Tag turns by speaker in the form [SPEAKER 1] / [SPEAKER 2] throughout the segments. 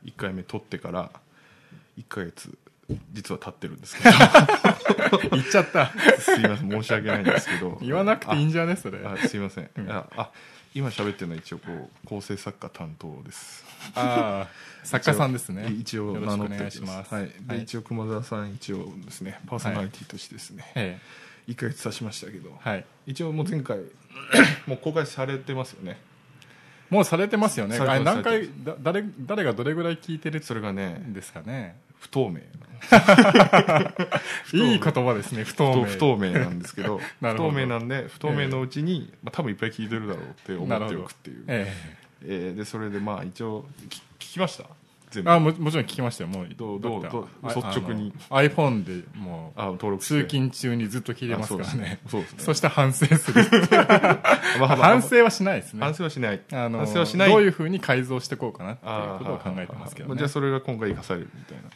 [SPEAKER 1] 1回目撮ってから1ヶ月実は経ってるんですけど
[SPEAKER 2] 言っちゃった
[SPEAKER 1] すいません、申し訳ないんですけど
[SPEAKER 2] 言わなくていいんじゃねそれ。
[SPEAKER 1] すいません、今喋ってるのは一応構成作家担当です。
[SPEAKER 2] 作家さんですね。
[SPEAKER 1] 一応
[SPEAKER 2] よろしくお願いします。
[SPEAKER 1] はい、で一応熊澤さん一応ですねパーソナリティとしてですね、1ヶ月経ちましたけど、一応もう前回もう公開されてますよね。
[SPEAKER 2] もうされてますよね。何回誰がどれぐらい聞いてる
[SPEAKER 1] それがね
[SPEAKER 2] ですかね。
[SPEAKER 1] 不透明
[SPEAKER 2] いい言葉ですね。不透明
[SPEAKER 1] なんですけど不透明なんで不透明のうちに、多分いっぱい聞いてるだろうって思っておくっていう、でそれで一応聞きました全部。
[SPEAKER 2] もちろん聞きましたよ。もう
[SPEAKER 1] どう率直に
[SPEAKER 2] iPhone でもう
[SPEAKER 1] 登録して
[SPEAKER 2] 通勤中にずっと聞いてますからね。
[SPEAKER 1] そうですね。
[SPEAKER 2] そして反省する反省はしないですね。
[SPEAKER 1] 反省はしない。
[SPEAKER 2] どういう風に改造していこうかなっていうことを考えてますけどね。
[SPEAKER 1] じゃあそれが今回生かされるみたいな。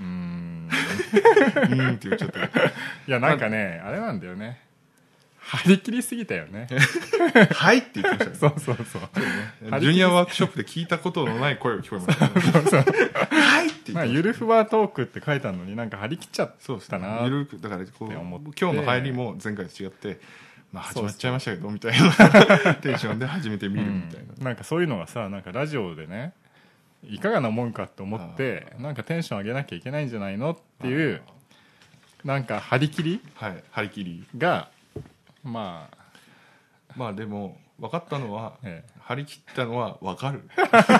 [SPEAKER 1] って言っちゃった。い
[SPEAKER 2] やなんかね、あれなんだよね。張り切りすぎたよね。
[SPEAKER 1] はいって言ってましたね。
[SPEAKER 2] そう
[SPEAKER 1] ジュニアワークショップで聞いたことのない声が聞こえましたね。はいって言って。
[SPEAKER 2] ゆるふわトークって書いてあるのになんか張り切っちゃったな。
[SPEAKER 1] ゆるくだから今日の入りも前回と違って、始まっちゃいましたけどみたいなテンションで始めてみるみたいな。
[SPEAKER 2] なんかそういうのがさ、なんかラジオでね。いかがなもんかと思ってなんかテンション上げなきゃいけないんじゃないのっていうなんか張り切りがま
[SPEAKER 1] あでも分かったのは、張り切ったのは分かる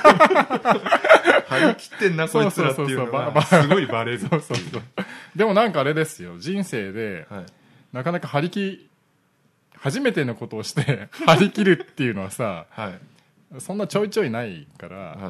[SPEAKER 1] 張り切ってんなこいつらっていうのがすごいバレる。
[SPEAKER 2] でもなんかあれですよ、人生で、なかなか初めてのことをして張り切るっていうのはさ、そんなちょいちょいないから。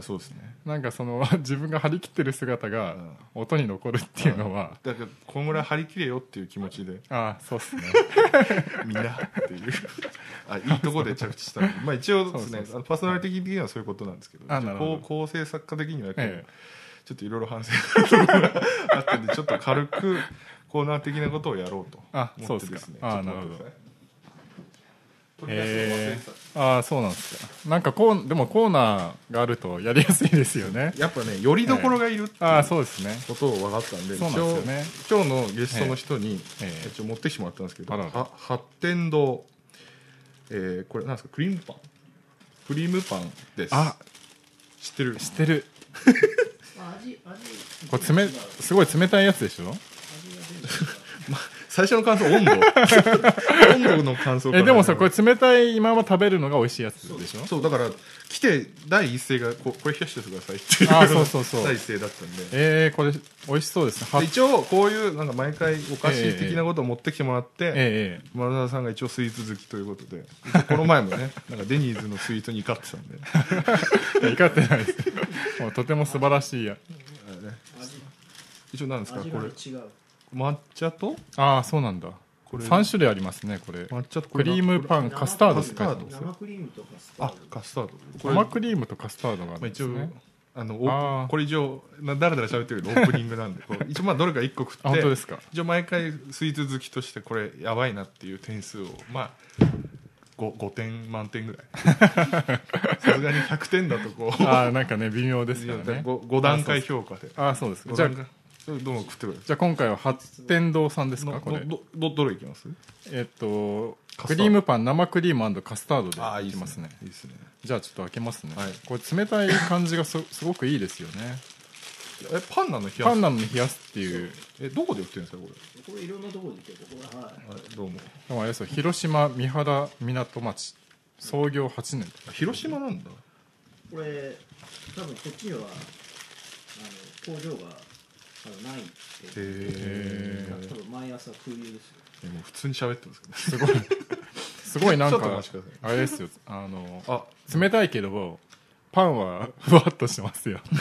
[SPEAKER 1] そうですね。
[SPEAKER 2] なんか自分が張り切ってる姿が音に残るっていうのは、
[SPEAKER 1] だからこんぐらい張り切れよっていう気持ちで
[SPEAKER 2] そうっすね
[SPEAKER 1] みんなっていういいところで着地したので一応ですねパーソナリティ的にはそういうことなんですけど、構成作家的にはちょっといろいろ反省があったんでちょっと軽くコーナー的なことをやろうと思ってですね。
[SPEAKER 2] なるほど。そうなんですか。なんかでもコーナーがあるとやりやすいですよね。
[SPEAKER 1] やっぱね、よりどころがいるっていう
[SPEAKER 2] そうですね
[SPEAKER 1] ことを分かったんで、
[SPEAKER 2] そうなんですよね。
[SPEAKER 1] 今日のゲストの人に一応持ってきてもらったんですけど、八天堂、これなんですか、クリームパンです。知ってるこれすごい冷たいやつでしょ。 最初の感想温度の感想から。
[SPEAKER 2] でもさ、これ冷たい今は食べるのが美味しいやつでしょ。
[SPEAKER 1] そうだから来て第一声がこれ冷やしてくださいっていう
[SPEAKER 2] そう
[SPEAKER 1] 第一声だったんで、
[SPEAKER 2] これ美味しそうですね。
[SPEAKER 1] 一応こういうなんか毎回お菓子的なことを持ってきてもらって、熊澤さんが一応スイーツ好きということで、この前もねなんかデニーズのスイーツに怒ってたんで
[SPEAKER 2] 怒ってないですもうとても素晴らしい
[SPEAKER 1] 一応なんですかこれ抹茶と
[SPEAKER 2] そうなんだ。3種類ありますね。これ
[SPEAKER 1] 抹茶と
[SPEAKER 2] クリームパンカスタードって書いてます。
[SPEAKER 3] 生クリームとカスタード。
[SPEAKER 1] カスタード。
[SPEAKER 2] 生クリームとカスタードがあるんですね。
[SPEAKER 1] これ以上だらだら喋ってるけどオープニングなんで一応どれか1個食って
[SPEAKER 2] 本当ですか。
[SPEAKER 1] 一応毎回スイーツ好きとしてこれやばいなっていう点数を5点満点ぐらいさすがに100点だと
[SPEAKER 2] なんかね微妙ですからね。
[SPEAKER 1] 5段階評価で
[SPEAKER 2] そうですか。じゃあ
[SPEAKER 1] どうも食ってくれ。
[SPEAKER 2] じゃあ今回は八天堂さんですか。これ
[SPEAKER 1] どれいきます。
[SPEAKER 2] クリームパン生クリーム&カスタードでいきますね。
[SPEAKER 1] いいですね。
[SPEAKER 2] じゃあちょっと開けますね。これ冷たい感じがすごくいいですよね。
[SPEAKER 1] パンなの冷
[SPEAKER 2] やすっていう。
[SPEAKER 1] どこで売ってるんですか
[SPEAKER 3] これいろんなところで売ってる。
[SPEAKER 1] どうも。
[SPEAKER 2] でもあれですよ、広島三原港町創業8年。
[SPEAKER 1] 広島なんだ。
[SPEAKER 3] これ多分こっちには工場がないって多分毎朝空輸ですよ。
[SPEAKER 1] もう普通に喋ってますけ
[SPEAKER 2] どすごいなんかあれですよ、冷たいけどパンはふわっとしてますよ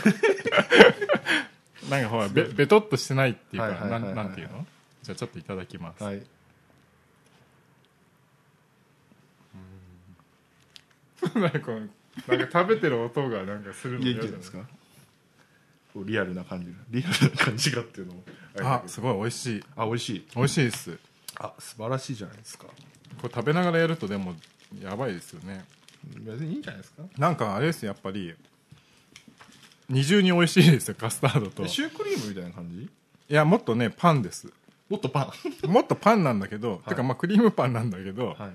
[SPEAKER 2] なんかほらベトっとしてないっていうか、なんていうの。じゃあちょっといただきます。なんか食べてる音がなんかするの嫌じゃないですか。
[SPEAKER 1] リアルな感じがっていうのも
[SPEAKER 2] すごい美味しい。
[SPEAKER 1] 美味し
[SPEAKER 2] いです。
[SPEAKER 1] 素晴らしいじゃないですか。
[SPEAKER 2] これ食べながらやるとでもやばいですよね。
[SPEAKER 1] 別にいいんじゃないですか。
[SPEAKER 2] なんかあれですよ、やっぱり二重に美味しいですよ、カスタードと。
[SPEAKER 1] シュークリームみたいな感じ？
[SPEAKER 2] いや、もっとねパンです。
[SPEAKER 1] もっとパン
[SPEAKER 2] もっとパンなんだけど、はい、てかまあクリームパンなんだけど、
[SPEAKER 1] はい、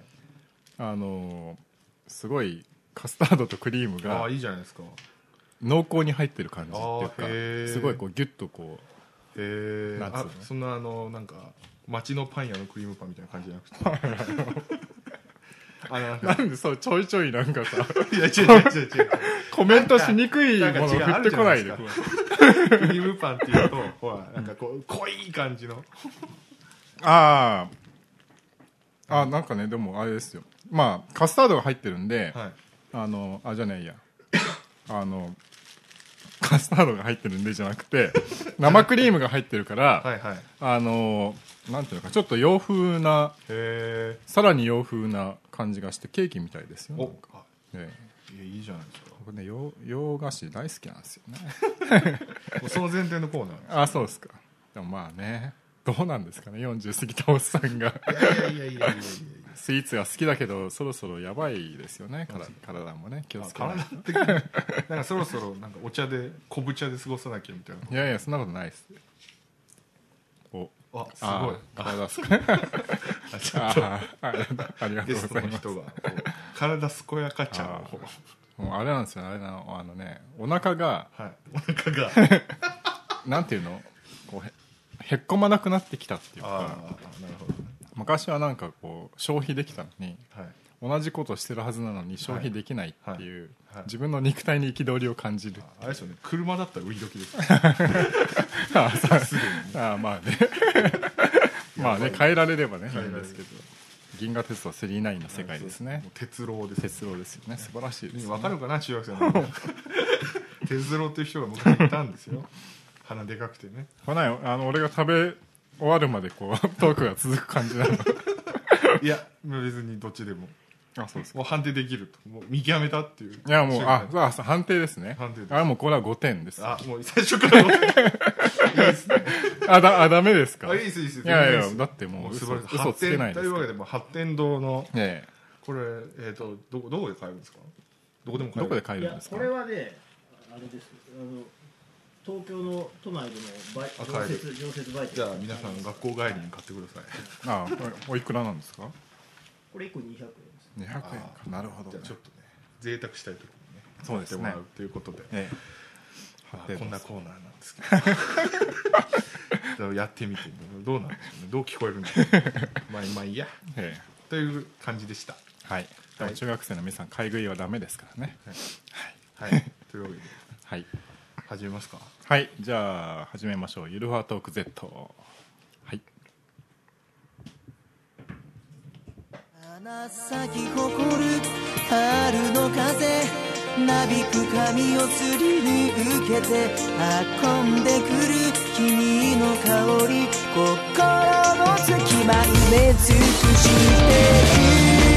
[SPEAKER 2] すごいカスタードとクリームが
[SPEAKER 1] いいじゃないですか、
[SPEAKER 2] 濃厚に入ってる感じっていうか、すごいこうギュッとこう、
[SPEAKER 1] そんななんか町のパン屋のクリームパンみたいな感じじゃなくて
[SPEAKER 2] なんでそうちょいちょいなんかさ
[SPEAKER 1] いや違う
[SPEAKER 2] コメントしにくいもの振ってこないで
[SPEAKER 1] クリームパンっていうとほらなんかこう濃い感じの
[SPEAKER 2] なんかね、でもあれですよ、まあカスタードが入ってるんで、
[SPEAKER 1] はい、
[SPEAKER 2] じゃねえやカスタードが入ってるんでじゃなくて生クリームが入ってるから
[SPEAKER 1] はい、はい、
[SPEAKER 2] なんていうのかちょっと洋風な、さらに洋風な感じがしてケーキみたいですよね。
[SPEAKER 1] いいじゃないですか。
[SPEAKER 2] 僕ね洋菓子大好きなんですよね
[SPEAKER 1] その前提のコーナー
[SPEAKER 2] そうですか。でもまあね、どうなんですかね、40過ぎたおっさんが
[SPEAKER 1] いや
[SPEAKER 2] スイーツが好きだけどそろそろやばいですよね、体もね気をつけないと。
[SPEAKER 1] 体的になんかそろそろなんか昆布茶で過ごさなきゃみたいな。
[SPEAKER 2] いやそんなことないです。
[SPEAKER 1] すごい
[SPEAKER 2] 体すこやありがとうございます。ゲストの
[SPEAKER 1] 人が体健やかちゃ
[SPEAKER 2] う。もうあれなんですよ、お腹が、なんていうの、こうへっこまなくなってきたっていうか、
[SPEAKER 1] なるほど。
[SPEAKER 2] 昔はなんかこう消費できたのに、同じことしてるはずなのに消費できないっていう、自分の肉体に憤りを感じる。
[SPEAKER 1] あれですよね、車だったら売り時です
[SPEAKER 2] まあね変えられればねいいんですけど、銀河鉄道999の世界ですね。
[SPEAKER 1] 鉄郎です
[SPEAKER 2] よね。素晴らしいです、ね。
[SPEAKER 1] 分かるかな、中学生の鉄郎っていう人が昔いたんですよ鼻でかくてね。
[SPEAKER 2] 俺が食べ終わるまでこうトークが続く感じなの
[SPEAKER 1] いや別にどっちでも。
[SPEAKER 2] そうですか。
[SPEAKER 1] もう判定できると、もう見極めたっていう。
[SPEAKER 2] いやもう判定ですね。もうこれは5点です。
[SPEAKER 1] もう最初から5点いいですね。
[SPEAKER 2] ダメですか。
[SPEAKER 1] いいです。
[SPEAKER 2] いやだってもう嘘つけないです。
[SPEAKER 1] というわけで八天堂のこれどこで買えるんですか。どこで買えるんですか。
[SPEAKER 3] これはねあれです。東京の都内での常設売店。
[SPEAKER 1] じゃあ皆さん学校帰りに買ってくださ
[SPEAKER 2] い。おいくらなんですか。
[SPEAKER 3] これ1個200円です。
[SPEAKER 2] 200円か。なるほど、
[SPEAKER 1] じゃあちょっとね贅沢したいところにね
[SPEAKER 2] そうですね
[SPEAKER 1] 買ってもらうということで、こんなコーナーなんですけどやってみてどうなんでしょうね、どう聞こえるんですかまあいいや、という感じでした。
[SPEAKER 2] はい、中学生の皆さん買い食いはダメですからね。
[SPEAKER 1] はいというわけで始めますか。
[SPEAKER 2] はい、じゃあ始めましょう。ゆるふわトーク Z。 はい、
[SPEAKER 4] 花咲き誇る春の風、なびく髪をすり抜けて運んでくる君の香り、心の隙間埋め尽くしてる。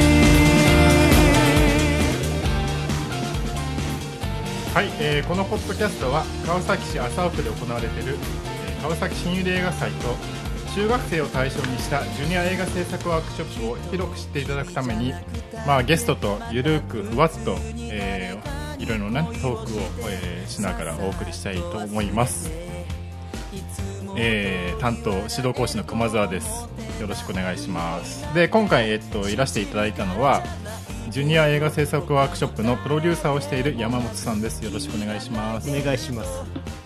[SPEAKER 2] はい、このポッドキャストは川崎市麻生区で行われている川崎新百合映画祭と中学生を対象にしたジュニア映画制作ワークショップを広く知っていただくために、ゲストとゆるくふわっと、いろいろなトークを、しながらお送りしたいと思います。担当指導講師の熊澤です。よろしくお願いします。で今回、いらしていただいたのはジュニア映画制作ワークショップのプロデューサーをしている山本さんです。よろしくお願いします。
[SPEAKER 3] お願いします。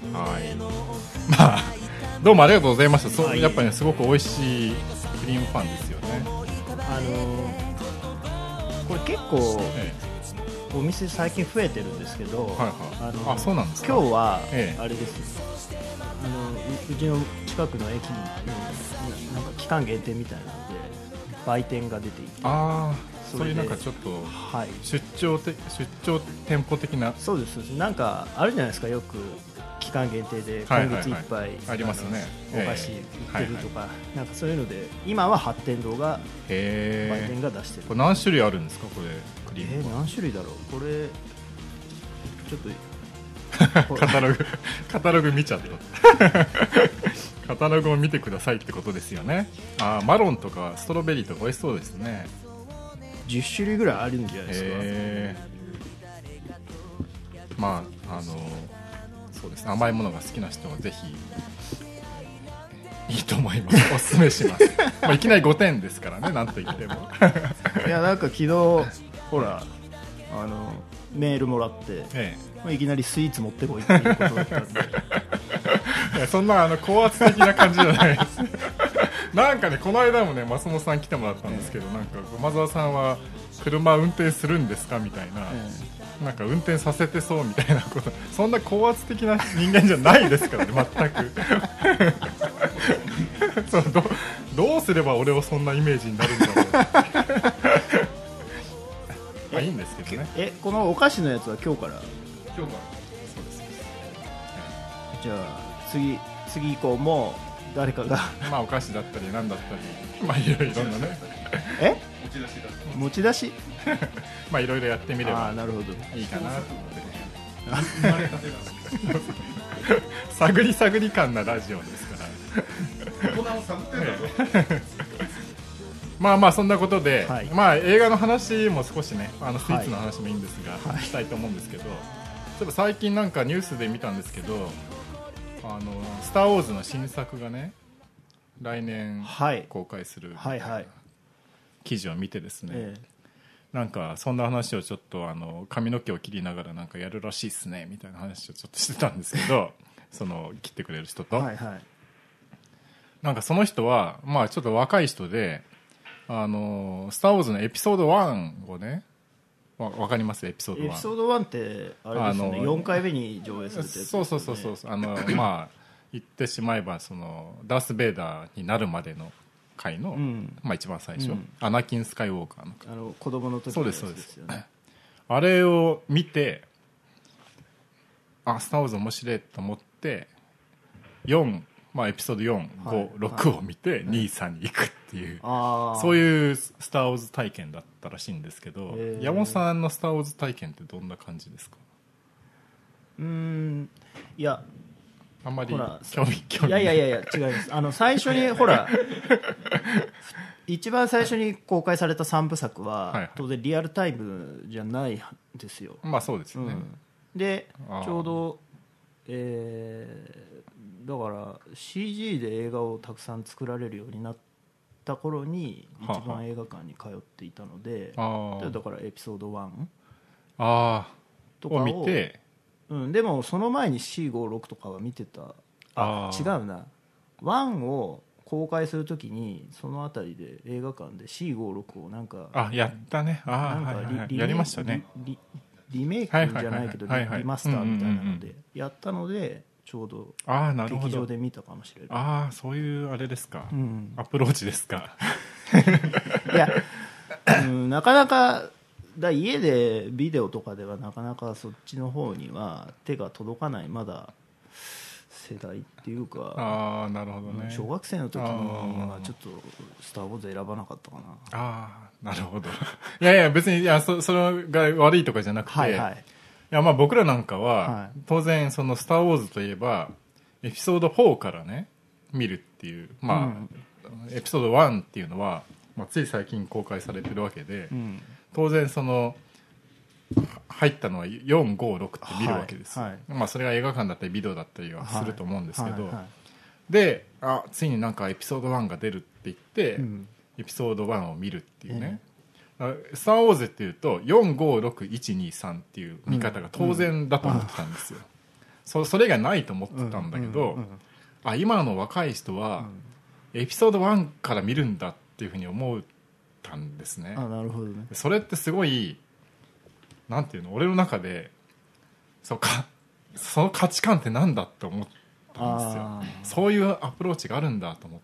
[SPEAKER 2] どうもありがとうございました。やっぱり、ね、すごく美味しいクリームパンですよね。
[SPEAKER 3] これ結構、お店最近増えてるんですけど、
[SPEAKER 2] そうなんですか。
[SPEAKER 3] 今日は、あれです、うちの近くの駅に、なんか期間限定みたいなので売店が出ていて、
[SPEAKER 2] そういうなんかちょっと、出張店舗的な。
[SPEAKER 3] そうです。なんかあるじゃないですか、よく期間限定で今月いっぱい
[SPEAKER 2] ありますね、
[SPEAKER 3] お菓子売ってるとか、なんかそういうので今は八天堂が売店が出してる。
[SPEAKER 2] これ何種類あるんですか、これクリームは。
[SPEAKER 3] 何種類だろう。これちょっと
[SPEAKER 2] カタログ見ちゃったカタログを見てくださいってことですよね。マロンとかストロベリーとか美味しそうですね。
[SPEAKER 3] 10種類ぐらいあるんじゃないですか。
[SPEAKER 2] そうですね、甘いものが好きな人はぜひいいと思いますおすすめしますまあいきなり5点ですからね、なんと言っても
[SPEAKER 3] いやなんか昨日ほらメールもらって、いきなりスイーツ持ってこいっていうことだったんで
[SPEAKER 2] いやそんな高圧的な感じじゃないですなんかね、この間もね松本さん来てもらったんですけど、なんか駒沢さんは車運転するんですかみたいな、なんか運転させてそうみたいなこと、そんな高圧的な人間じゃないですからね全くそうどうすれば俺をそんなイメージになるんだろうまあいいんですけどね。
[SPEAKER 3] このお菓子のやつは今日から
[SPEAKER 2] そうです、
[SPEAKER 3] じゃあ次以降も誰かが
[SPEAKER 2] まあお菓子だったり何だったり、まあいろいろなね
[SPEAKER 3] 持ち出し
[SPEAKER 2] まあいろいろやってみれば
[SPEAKER 3] なるほど
[SPEAKER 2] いいかなと思って探り探り感なラジオですから
[SPEAKER 1] 大人を探ってんだぞ
[SPEAKER 2] まあまあそんなことで、
[SPEAKER 3] はい、
[SPEAKER 2] まあ映画の話も少しねスイーツの話もいいんですが、したいと思うんですけど、ちょっと最近なんかニュースで見たんですけど、スター・ウォーズの新作がね来年公開するみたいな記事を見てですね、なんかそんな話をちょっと髪の毛を切りながらなんかやるらしいっすねみたいな話をちょっとしてたんですけどその切ってくれる人と、なんかその人はまあちょっと若い人でスター・ウォーズのエピソード1をね、わかります？エピソード1。エ
[SPEAKER 3] ピソード1ってあれですよね、4回目に上映されたやつですよね。
[SPEAKER 2] そうまあ言ってしまえばそのダース・ベイダーになるまでの回の、まあ、一番最初、アナキン・スカイウォーカーの
[SPEAKER 3] 子供の時のやつですよね。
[SPEAKER 2] あれを見てスター・ウォーズ面白いと思ってまあ、エピソード4、5、6を見て2、3に行くっていう、そういうスター・ウォーズ体験だったらしいんですけど、山本さんのスター・ウォーズ体験ってどんな感じですか？
[SPEAKER 3] いや
[SPEAKER 2] あんまり興味
[SPEAKER 3] いや違います。最初にほら一番最初に公開された3部作は、当然リアルタイムじゃないんですよ。
[SPEAKER 2] まあそうですよね、
[SPEAKER 3] でちょうどだから CG で映画をたくさん作られるようになった頃に一番映画館に通っていたので、だからエピソード1とかを
[SPEAKER 2] 見て、
[SPEAKER 3] でもその前に C56 とかは見てた。違うな、1を公開するときにそのあたりで映画館で C56 をなんか
[SPEAKER 2] やったね、やりましたね。
[SPEAKER 3] リメイクじゃないけどリマスターみたいなのでやったので、ちょうど劇場で見たかもしれない。
[SPEAKER 2] そういうあれですか、アプローチですか
[SPEAKER 3] いや、なかなか家でビデオとかではなかなかそっちの方には手が届かないまだ世代っていうか、
[SPEAKER 2] なるほどね、
[SPEAKER 3] 小学生の時にはちょっとスター・ウォーズ選ばなかったかな。
[SPEAKER 2] なるほどいや別にそれが悪いとかじゃなくて、いやまあ僕らなんかは、当然そのスター・ウォーズといえばエピソード4からね見るっていう、まあエピソード1っていうのは、まあ、つい最近公開されてるわけで、当然その入ったのは4、5、6って見るわけです、まあ、それが映画館だったりビデオだったりはすると思うんですけど、でついになんかエピソード1が出るって言って、エピソード1を見るっていうね、スター・ウォーズっていうと4、5、6、1、2、3っていう見方が当然だと思ってたんですよ、それがないと思ってたんだけど、今の若い人はエピソード1から見るんだっていうふうに思ったんですね。
[SPEAKER 3] なるほどね。
[SPEAKER 2] それってすごいなんていうの、俺の中でその価値観ってなんだって思ったんですよ。そういうアプローチがあるんだと思って、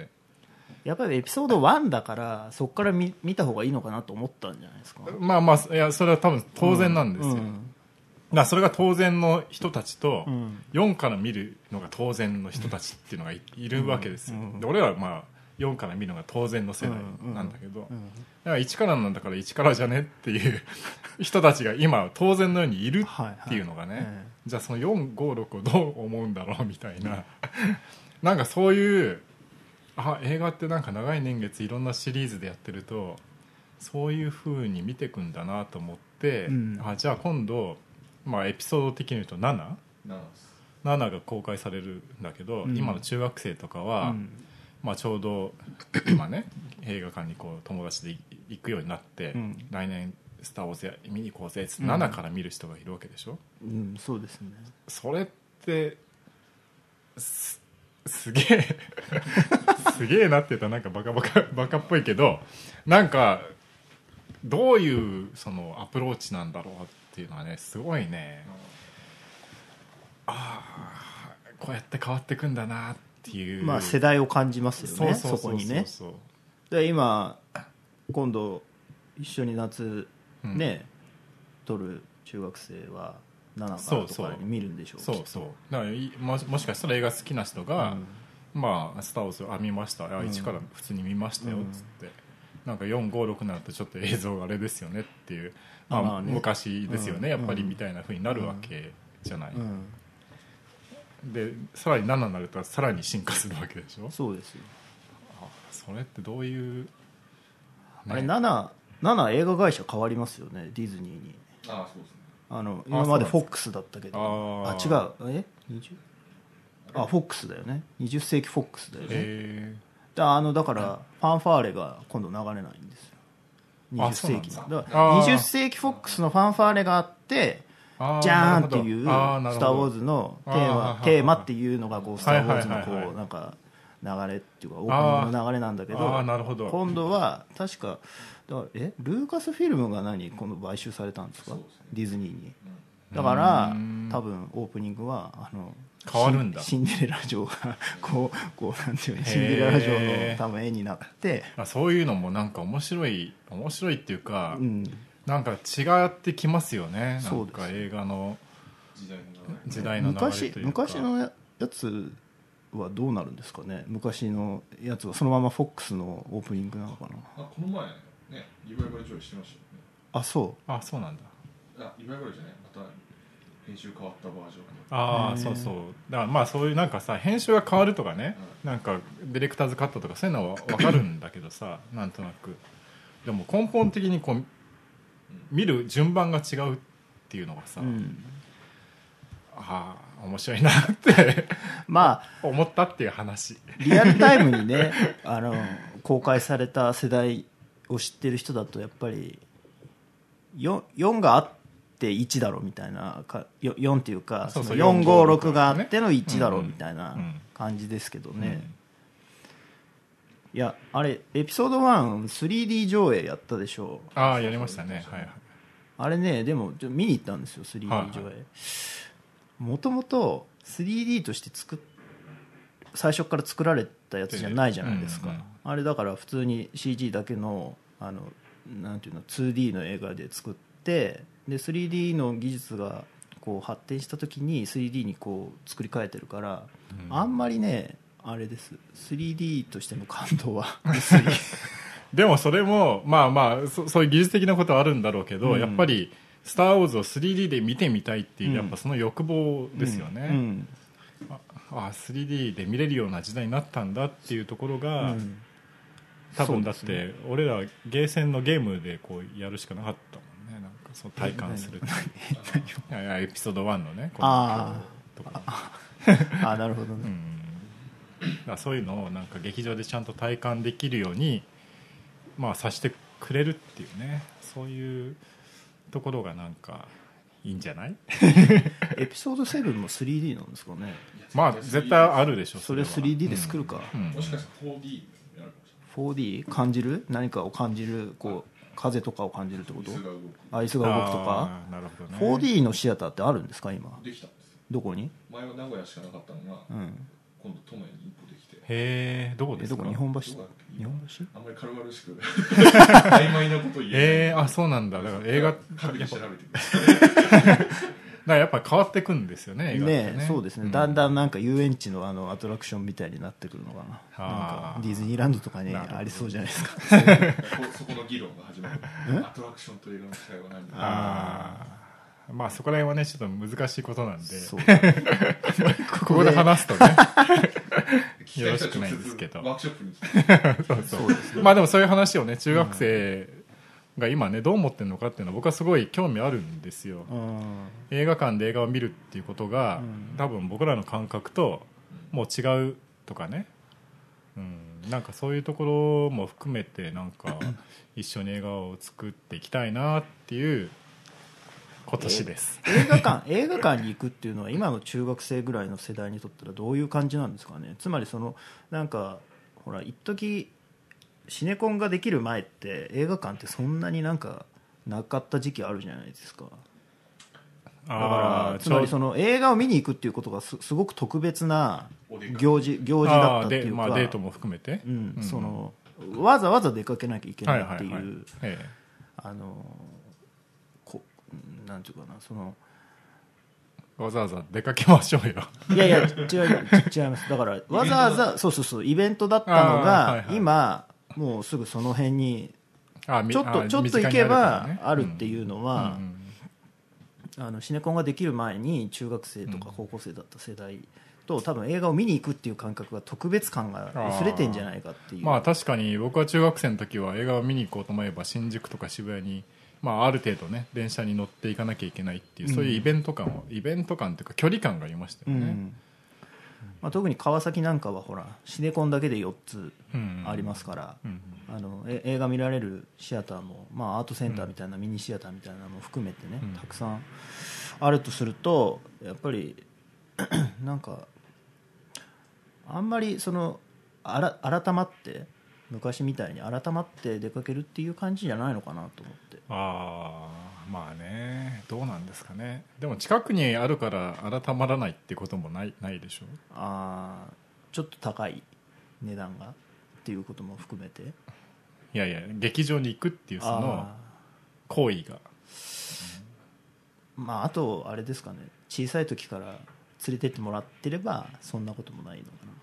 [SPEAKER 3] やっぱりエピソード1だからそこから見た方がいいのかなと思ったんじゃないですか。
[SPEAKER 2] まあいやそれは多分当然なんですよ、だからそれが当然の人たちと、4から見るのが当然の人たちっていうのが いるわけですよ、で俺はまあ4から見るのが当然の世代なんだけど、だから1からなんだから1からじゃねっていう人たちが今当然のようにいるっていうのがね、じゃあその4、5、6をどう思うんだろうみたいななんかそういう映画ってなんか長い年月いろんなシリーズでやってるとそういう風に見ていくんだなと思って、じゃあ今度、まあ、エピソード的に言うと7 7が公開されるんだけど、今の中学生とかは、まあ、ちょうど今ね映画館にこう友達で行くようになって、来年スター・ウォーズ見に行こうぜっつって7から見る人がいるわけでしょ、
[SPEAKER 3] そうですね。
[SPEAKER 2] それってすげえすげえなって言ったらなんかバカっぽいけど、なんかどういうそのアプローチなんだろうっていうのはねすごいね、こうやって変わっていくんだなっていう、
[SPEAKER 3] まあ世代を感じますよね、そこにね。で今度一緒に夏ね、撮る中学生は7からとかに見るんでしょう。
[SPEAKER 2] そうだからもしかしたら映画好きな人が、まあスター・ウォーズ見ました、1から普通に見ましたよっつって、なんか456になるとちょっと映像があれですよねっていう、まあ昔ですよね、やっぱりみたいな風になるわけじゃない、でさらに7になるとさらに進化するわけでしょ。
[SPEAKER 3] そうですよ。
[SPEAKER 2] それってどういう、ね、
[SPEAKER 3] あれ7映画会社変わりますよね、ディズニーに。
[SPEAKER 1] そうですね。
[SPEAKER 3] 今までフォックスだったけど、違う、フォックスだよね、20世紀フォックスだよね。だからファンファーレが今度流れないんですよ、20世紀だから20世紀フォックスのファンファーレがあって、ジャーンっていうスター・ウォーズのテーマっていうのがこうスター・ウォーズのこうなんか流れっていうかオープニングの流れなんだけど、今度は確かルーカスフィルムが今度買収されたんですか、ディズニーに。だから多分オープニングは
[SPEAKER 2] 変わるんだ。
[SPEAKER 3] シンデレラ城がこうなんていうシンデレラ城の多分絵になって、
[SPEAKER 2] そういうのもなんか面白いっていうか、なんか違ってきますよね。なんか映画の時代の流れというか、
[SPEAKER 3] 昔のやつはどうなるんですかね。昔のやつはそのままフォックスのオープニングなのかな。
[SPEAKER 1] この前ねリバイバル上映してましたよね。
[SPEAKER 2] そうなんだ。
[SPEAKER 1] リバイバルじゃない、また編集変わったバージョン。
[SPEAKER 2] そうだからまあそういうなんかさ、編集が変わるとかね、なんかディレクターズカットとかそういうのは分かるんだけどさなんとなく。でも根本的にこう見る順番が違うっていうのがさ、面白いなって
[SPEAKER 3] まあ
[SPEAKER 2] 思ったっていう話。
[SPEAKER 3] リアルタイムにね公開された世代を知ってる人だとやっぱり 4があって1だろみたいな4っていうか456があっての1だろみたいな感じですけどね。いやあれエピソード 1 3D 上映やったでしょ。
[SPEAKER 2] やりましたね。
[SPEAKER 3] あれね、でも見に行ったんですよ 3D 上映。もともと 3D として最初から作られたやつじゃないじゃないですか、あれだから普通に CG だけのなんていうの 2D の映画で作って、で 3D の技術がこう発展した時に 3D にこう作り変えてるから、あんまりねあれです 3D としての感動は薄い
[SPEAKER 2] でもそれもまあそういう技術的なことはあるんだろうけど、やっぱりスター・ウォーズを 3D で見てみたいっていう、やっぱその欲望ですよね、3D で見れるような時代になったんだっていうところが、多分だって俺らゲーセンのゲームでこうやるしかなかったもんね。なんかそう体感するエピソード1のねこのとか
[SPEAKER 3] なるほどね、
[SPEAKER 2] だそういうのをなんか劇場でちゃんと体感できるようにさせてくれるっていうね、そういうところがなんかいいんじゃない
[SPEAKER 3] エピソード7も 3D なんですかね。
[SPEAKER 2] 絶対あるでしょ。
[SPEAKER 3] それ 3D で作るか、
[SPEAKER 1] もしかしたら
[SPEAKER 3] 4D 感じる、何かを感じる、こう風とかを感じるってこと。椅子が動くとか。
[SPEAKER 2] なるほどね。
[SPEAKER 3] 4D のシアターってあるんですか今。
[SPEAKER 1] できたんですよ。
[SPEAKER 3] どこに。
[SPEAKER 1] 前は名古屋しかなかったのが、今度都内に一歩できて。
[SPEAKER 2] どこですか。
[SPEAKER 3] どこ。日本橋。
[SPEAKER 1] あんまり軽々しく曖昧なこと言えない。
[SPEAKER 2] そうなんだ。だから映画
[SPEAKER 1] 調べてく
[SPEAKER 2] だからやっぱり変わっていくんですよね、映画ってね。
[SPEAKER 3] そうですね、だんだんなんか遊園地のアトラクションみたいになってくるのかな。なんかディズニーランドとかにありそうじゃないですか
[SPEAKER 1] そこの議論が始まる。アトラクションと映画の違いは何。
[SPEAKER 2] そこら辺はねちょっと難しいことなんでここで話すとねよろしくないんですけど、
[SPEAKER 1] ワークショップに
[SPEAKER 2] そうでもそういう話をね中学生が今ねどう思ってるのかっていうのは僕はすごい興味あるんですよ。映画館で映画を見るっていうことが、多分僕らの感覚ともう違うとかね、なんかそういうところも含めてなんか一緒に映画を作っていきたいなっていう今年です。
[SPEAKER 3] 映画館に行くっていうのは今の中学生ぐらいの世代にとったらどういう感じなんですかね。つまりそのなんかほら一時シネコンができる前って映画館ってそんなになんかなかった時期あるじゃないですか。だからつまりその映画を見に行くっていうことがすごく特別な行事だったっていうか、
[SPEAKER 2] デートも含めて、
[SPEAKER 3] そのわざわざ出かけなきゃいけないっていう、なんていうかな、その
[SPEAKER 2] わざわざ出かけましょうよ。
[SPEAKER 3] いやいや違いますだからわざわざそうイベントだったのが、今もうすぐその辺にちょっと行けばあるっていうのは、シネコンができる前に中学生とか高校生だった世代と多分映画を見に行くっていう感覚が特別感が薄れてんじゃないかっていう。
[SPEAKER 2] まあ確かに僕は中学生の時は映画を見に行こうと思えば新宿とか渋谷に、ある程度ね電車に乗っていかなきゃいけないっていう、そういうイベント感っていうか距離感がありましたよね。
[SPEAKER 3] 特に川崎なんかはほらシネコンだけで4つありますから、映画見られるシアターも、アートセンターみたいな、ミニシアターみたいなのも含めてね、たくさんあるとするとやっぱりなんかあんまりその改まって昔みたいに改まって出かけるっていう感じじゃないのかなと思って。
[SPEAKER 2] まあね、どうなんですかね。でも近くにあるから改まらないってこともないでしょ。
[SPEAKER 3] ちょっと高い値段がっていうことも含めて、
[SPEAKER 2] いや劇場に行くっていうその行為が、
[SPEAKER 3] あとあれですかね、小さい時から連れてってもらってればそんなこともないのかな。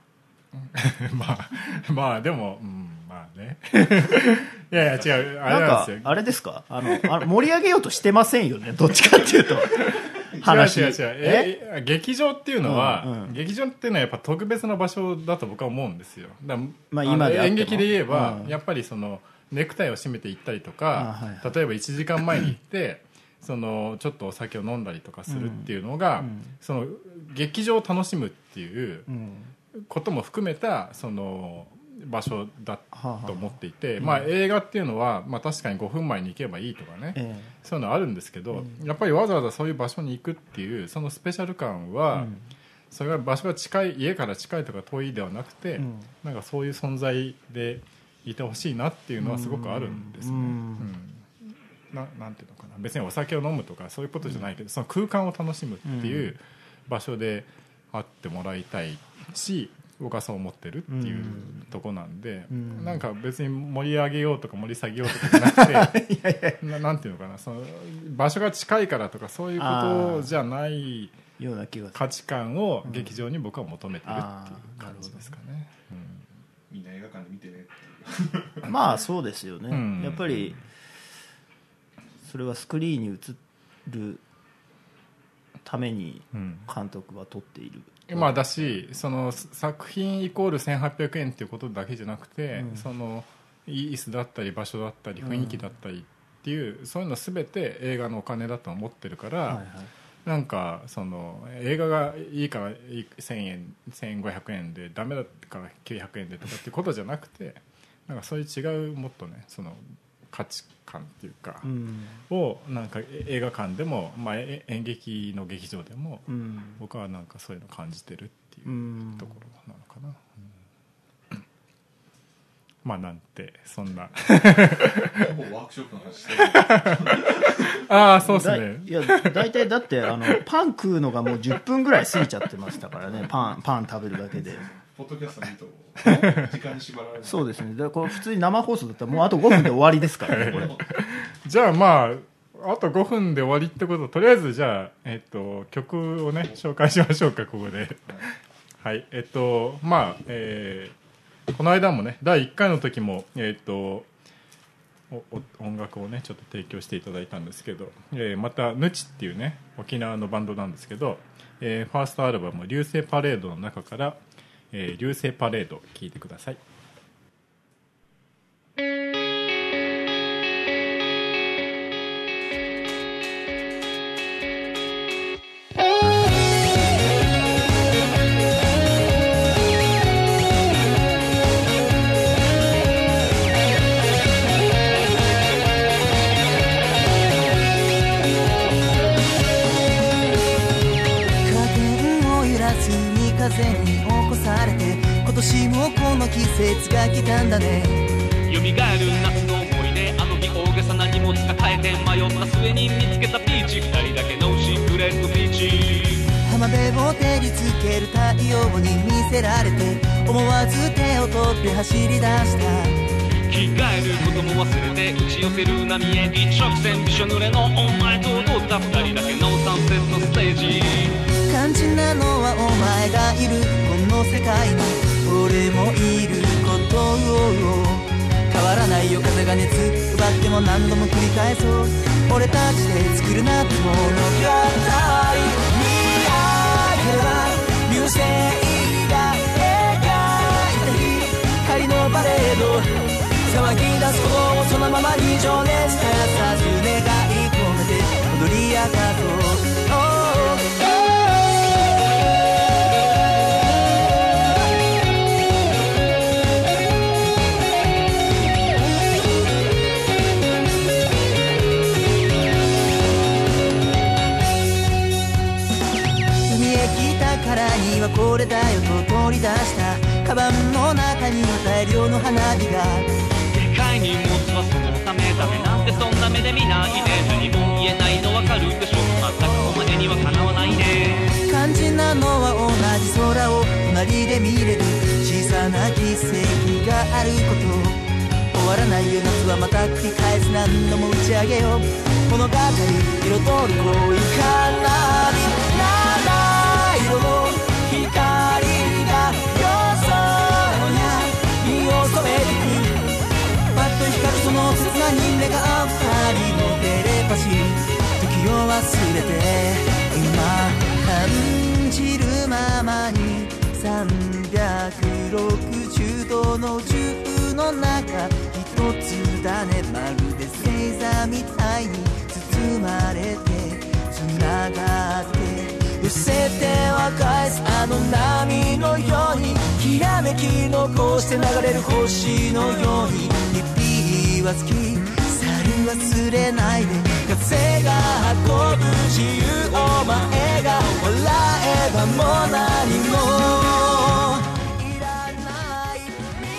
[SPEAKER 2] でも、ねいや違う、あれなんですよ。
[SPEAKER 3] あれですか、盛り上げようとしてませんよね、どっちかっていうと。
[SPEAKER 2] 違う劇場っていうのは、劇場っていうのはやっぱ特別な場所だと僕は思うんですよ。今で演劇で言えば、やっぱりそのネクタイを締めて行ったりとか、例えば1時間前に行ってそのちょっとお酒を飲んだりとかするっていうのが、その劇場を楽しむっていうことも含めたその場所だと思っていて、映画っていうのは、確かに5分前に行けばいいとかね、そういうのあるんですけど、やっぱりわざわざそういう場所に行くっていうそのスペシャル感は、それが場所が近い、家から近いとか遠いではなくて、なんかそういう存在でいてほしいなっていうのはすごくあるんですね。なんていうのかな、別にお酒を飲むとかそういうことじゃないけど、その空間を楽しむっていう場所であってもらいたいし、僕はそう思ってるっていうとこなんで、なんか別に盛り上げようとか盛り下げようとかじゃなくてなんていうのかな、その場所が近いからとかそういうことじゃない
[SPEAKER 3] ような気がする
[SPEAKER 2] 価値観を劇場に僕は求めてるっていう感じですかね。
[SPEAKER 1] みんな映画館で見てねって
[SPEAKER 3] そうですよね、やっぱりそれはスクリーンに映るために監督は撮っている、
[SPEAKER 2] だし、その作品イコール1800円っていうことだけじゃなくて、その椅子だったり場所だったり雰囲気だったりっていう、そういうの全て映画のお金だと思ってるから、なんかその映画がいいから1000円1500円でダメだから900円でとかっていうことじゃなくて、なんかそういう違うもっとね、その価値観っていうか、をなんか映画館でも、演劇の劇場でも、僕はなんかそういうのを感じてるっていうところなのかな。なんてそんな
[SPEAKER 1] ほぼワークショップの話して
[SPEAKER 2] そうですね。
[SPEAKER 3] いや大体だってパン食うのがもう10分ぐらい過ぎちゃってましたからね、パン食べるだけで。
[SPEAKER 1] ポッドキャスト見ると時間に縛られる。
[SPEAKER 3] そうですね。だからこれ普通に生放送だったらもうあと5分で終わりですからねこれ
[SPEAKER 2] じゃああと5分で終わりってこと、とりあえずじゃあ、曲をね紹介しましょうか、ここで。はい、この間もね第1回の時も音楽をねちょっと提供していただいたんですけど、またヌチっていうね沖縄のバンドなんですけど、ファーストアルバム流星パレードの中から流星パレード聴いてください。
[SPEAKER 4] らずに風に起こされて今年もこの季節が来たんだね。
[SPEAKER 5] 蘇る夏の思い出、あの日大げさな荷物抱えて迷った末に見つけたビーチ、二人だけのシークレットビーチ。
[SPEAKER 4] 浜辺を照りつける太陽に見せられて思わず手を取って走り出した。
[SPEAKER 5] 着替えることも忘れて打ち寄せる波へ一直線、びしょ濡れのお前と踊った二人だけのサンセットステージ。
[SPEAKER 4] 肝心なのはお前がいるこの世界に俺もいることを。変わらないよ風が熱奪っても何度も繰り返そう。俺たちで作る夏物語。見上げれば流星が描いた光のパレード、騒ぎ出すことをそのままに情熱絶やさず願い込めて踊り明かそう。にはこれだよと取り出したカバンの中には大量の花火が。
[SPEAKER 5] でかい荷物はそのためなんてそんな目で見ないで。何も言えないのわかるでしょ、全くお前にはかなわないで。
[SPEAKER 4] 肝心なのは同じ空を隣で見れる小さな奇跡があること。終わらないよ夏はまた繰り返す、何度も打ち上げよう物語。彩る恋かなり七色の光が夜空に身を染めてく。パッと光るその切なに目が合う二人のテレパシー。時を忘れて今感じるままに360度の宇宙の中一つだね。まるで星座みたいに包まれて繋がって寄せては返すあの波のようにきらめき残して流れる星のように。日々は好き去る忘れないで風が運ぶ自由お前が笑えばもう何もいらない。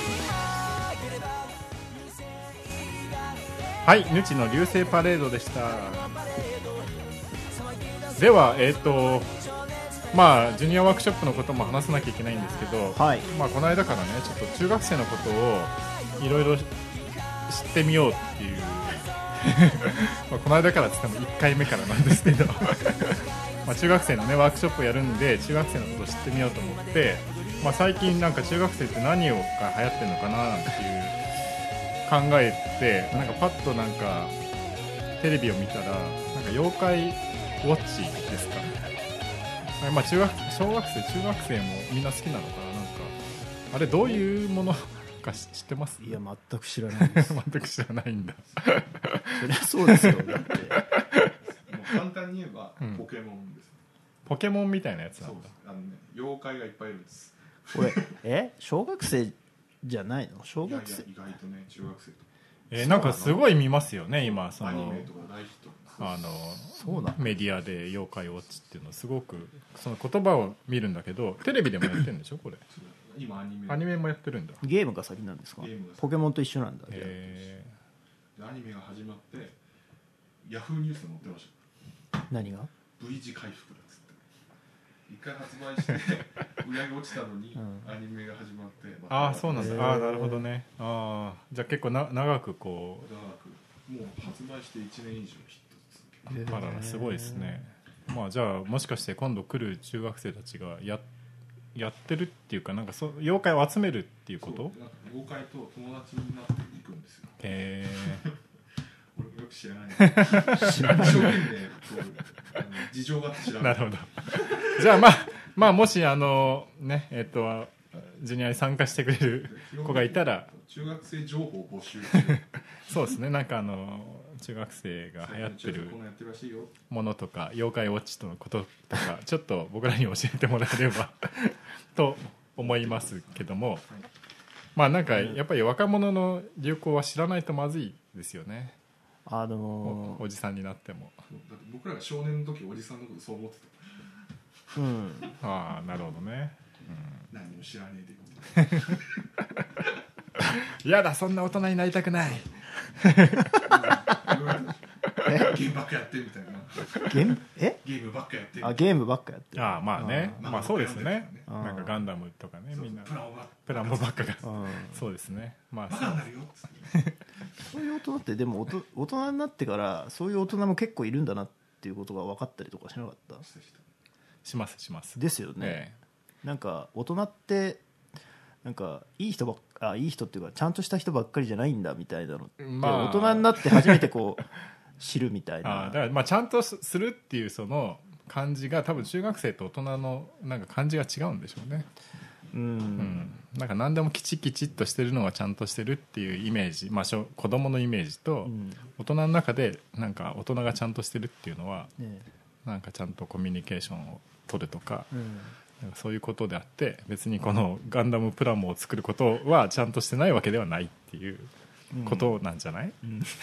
[SPEAKER 2] はい、ヌチの流星パレードでした。ではまあジュニアワークショップのことも話さなきゃいけないんですけど、
[SPEAKER 3] はい、
[SPEAKER 2] まあこの間からねちょっと中学生のことをいろいろ知ってみようっていうまあこの間からっつっても1回目からなんですけどまあ中学生のねワークショップをやるんで中学生のことを知ってみようと思って、まあ、最近なんか中学生って何が流行ってるのかななんていう考えて、なんかパッとなんかテレビを見たらなんか妖怪ウォッチですか、まあ、小学生中学生もみんな好きなのかな。なんかあれどういうものか知ってます？
[SPEAKER 3] いや全く知らないです
[SPEAKER 2] 全く知らないんだ
[SPEAKER 3] そりゃそうですよだってもう
[SPEAKER 1] 簡単に言えばポケモンです、
[SPEAKER 2] ポケモンみたいなやつなんだ。
[SPEAKER 1] そうです、妖怪がいっぱいいるんです。
[SPEAKER 3] これ小学生じゃないの？小学生？
[SPEAKER 1] いや意外とね中学生と
[SPEAKER 2] なんかすごい見ますよね今その
[SPEAKER 1] アニメとか大ヒット
[SPEAKER 3] そうな
[SPEAKER 2] メディアで妖怪ウォッチっていうのすごくその言葉を見るんだけどテレビでもやってるんでしょこれ
[SPEAKER 1] 今
[SPEAKER 2] アニメもやってるんだ。
[SPEAKER 3] ゲームが先なんですか？ポケモンと一緒なんだ。
[SPEAKER 1] アニメが始まってヤフーニュースに載ってました。何が V 字回復だっつって一回発売して売り上げ落ちたのに、アニメが始まって、
[SPEAKER 2] ああそうなんだ。ああなるほどね。ああじゃあ結構長くこ
[SPEAKER 1] うもう発売して1年以上ヒット
[SPEAKER 2] です。あらすごいですね。まあじゃあもしかして今度来る中学生たちがやってるっていうかなんか妖怪を集めるっていうこと？
[SPEAKER 1] 妖怪と友達になっていくんですよ。
[SPEAKER 2] へえ。
[SPEAKER 1] 俺よく知らない。知らない。一生懸命事情があって知らない。
[SPEAKER 2] なるほど。じゃあまあもしねジュニアに参加してくれる子がいたら
[SPEAKER 1] 中学生情報募集。
[SPEAKER 2] そうですね。なんか中学生が流行ってるものとか妖怪ウォッチとのこととかちょっと僕らに教えてもらえればと思いますけども、まあなんかやっぱり若者の流行は知らないとまずいですよね。おじさんになっても。
[SPEAKER 1] だって僕らが少年の時おじさんのことそう思ってた。
[SPEAKER 2] ああなるほどね、
[SPEAKER 1] 何も知らねえで
[SPEAKER 2] やだそんな大人になりたくない
[SPEAKER 1] ゲームばっかやってみたいな。
[SPEAKER 3] ゲームばっかやってる。
[SPEAKER 2] ああまあね、まあそうですね。なんかガンダムとかね、みんなプラモばっかがそうですね。まあ
[SPEAKER 3] そういう大人ってでも大人になってからそういう大人も結構いるんだなっていうことが分かったりとかしなかった？
[SPEAKER 2] します
[SPEAKER 3] ですよね。なんか大人ってなんかいい人っていうかちゃんとした人ばっかりじゃないんだみたいなのって、大人になって初めてこう知るみたいな。
[SPEAKER 2] だからまあちゃんとするっていうその感じが多分中学生と大人のなんか感じが違うんでしょうね。なんか何でもきちっとしてるのがちゃんとしてるっていうイメージ、まあ、子供のイメージと、大人の中でなんか大人がちゃんとしてるっていうのは、なんかちゃんとコミュニケーションを取るとか、なんかそういうことであって別にこのガンダムプラモを作ることはちゃんとしてないわけではないっていうことなんじゃない？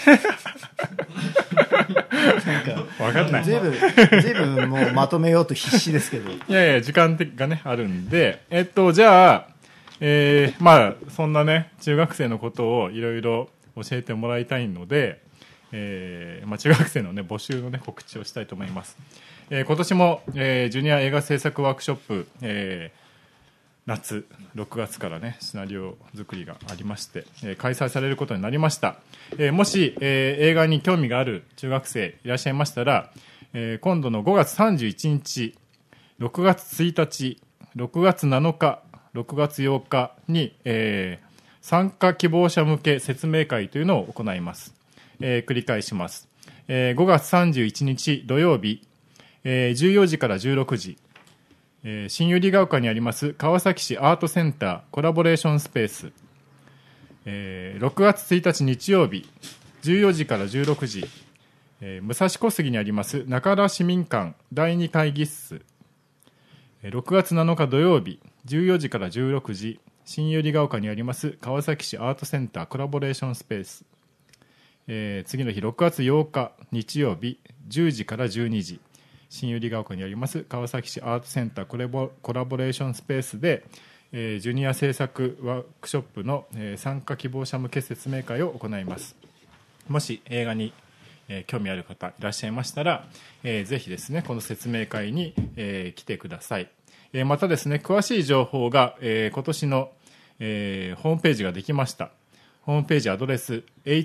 [SPEAKER 2] なんか分かんない。
[SPEAKER 3] 随分もうまとめようと必死ですけど。
[SPEAKER 2] いや時間がねあるんで、じゃあ、まあそんなね中学生のことをいろいろ教えてもらいたいので、まあ、中学生のね募集のね告知をしたいと思います。今年も、ジュニア映画制作ワークショップ、夏6月からねシナリオ作りがありまして、開催されることになりました。もし、映画に興味がある中学生いらっしゃいましたら、今度の5月31日6月1日6月7日6月8日に、参加希望者向け説明会というのを行います。繰り返します。5月31日土曜日、14時から16時、新百合ヶ丘にあります川崎市アートセンターコラボレーションスペース、6月1日日曜日14時から16時、武蔵小杉にあります中原市民館第2会議室、6月7日土曜日14時から16時新百合ヶ丘にあります川崎市アートセンターコラボレーションスペース、次の日6月8日日曜日10時から12時新百合ヶ丘にあります川崎市アートセンターコラボレーションスペースで、ジュニア制作ワークショップの、参加希望者向け説明会を行います。もし映画に、興味ある方いらっしゃいましたら、ぜひですねこの説明会に、来てください。またですね詳しい情報が、今年の、ホームページができました。ホームページアドレス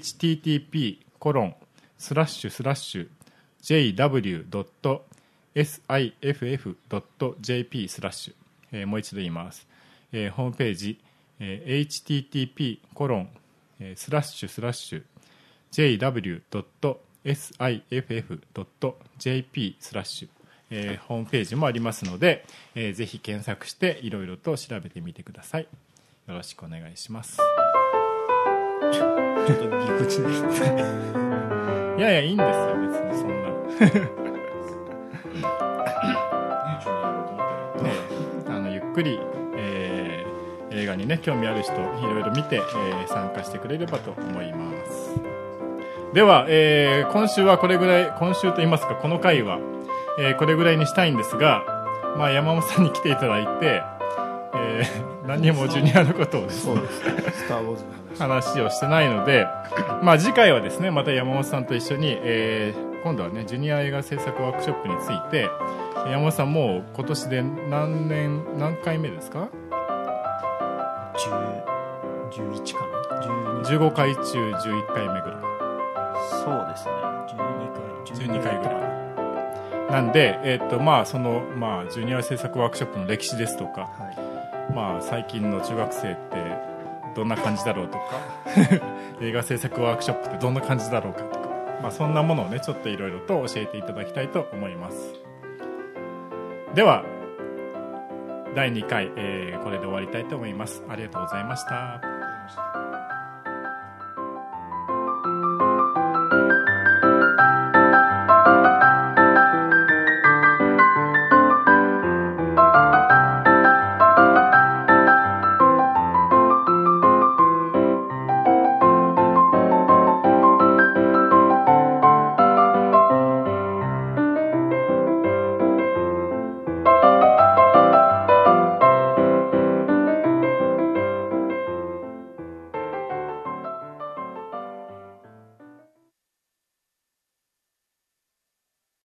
[SPEAKER 2] http://jw.siff.jp/ もう一度言います。ホームページ、http://jw.siff.jp/ ホームページもありますので、ぜひ検索していろいろと調べてみてください。よろしくお願いします。
[SPEAKER 3] ちょっとぎこちない
[SPEAKER 2] いやいいんですよ別にそんなゆっくり、映画にね興味ある人いろいろ見て、参加してくれればと思います。では、今週はこれぐらい、今週といいますかこの回は、これぐらいにしたいんですが、まあ、山本さんに来ていただいて、何もジュニアのことをですね
[SPEAKER 3] スター・ウォーズの
[SPEAKER 2] 話をしてないので、まあ、次回はですねまた山本さんと一緒に、今度はねジュニア映画制作ワークショップについて山本さんもう今年で何回目ですか
[SPEAKER 3] ？11かな
[SPEAKER 2] 15回中11回目ぐらい。
[SPEAKER 3] そうですね
[SPEAKER 2] 12回ぐらいなんで、まあそのまあジュニア制作ワークショップの歴史ですとか、まあ最近の中学生ってどんな感じだろうとか映画制作ワークショップってどんな感じだろうかとか、まあ、そんなものをねちょっといろいろと教えていただきたいと思います。では第2回、これで終わりたいと思います。ありがとうございました。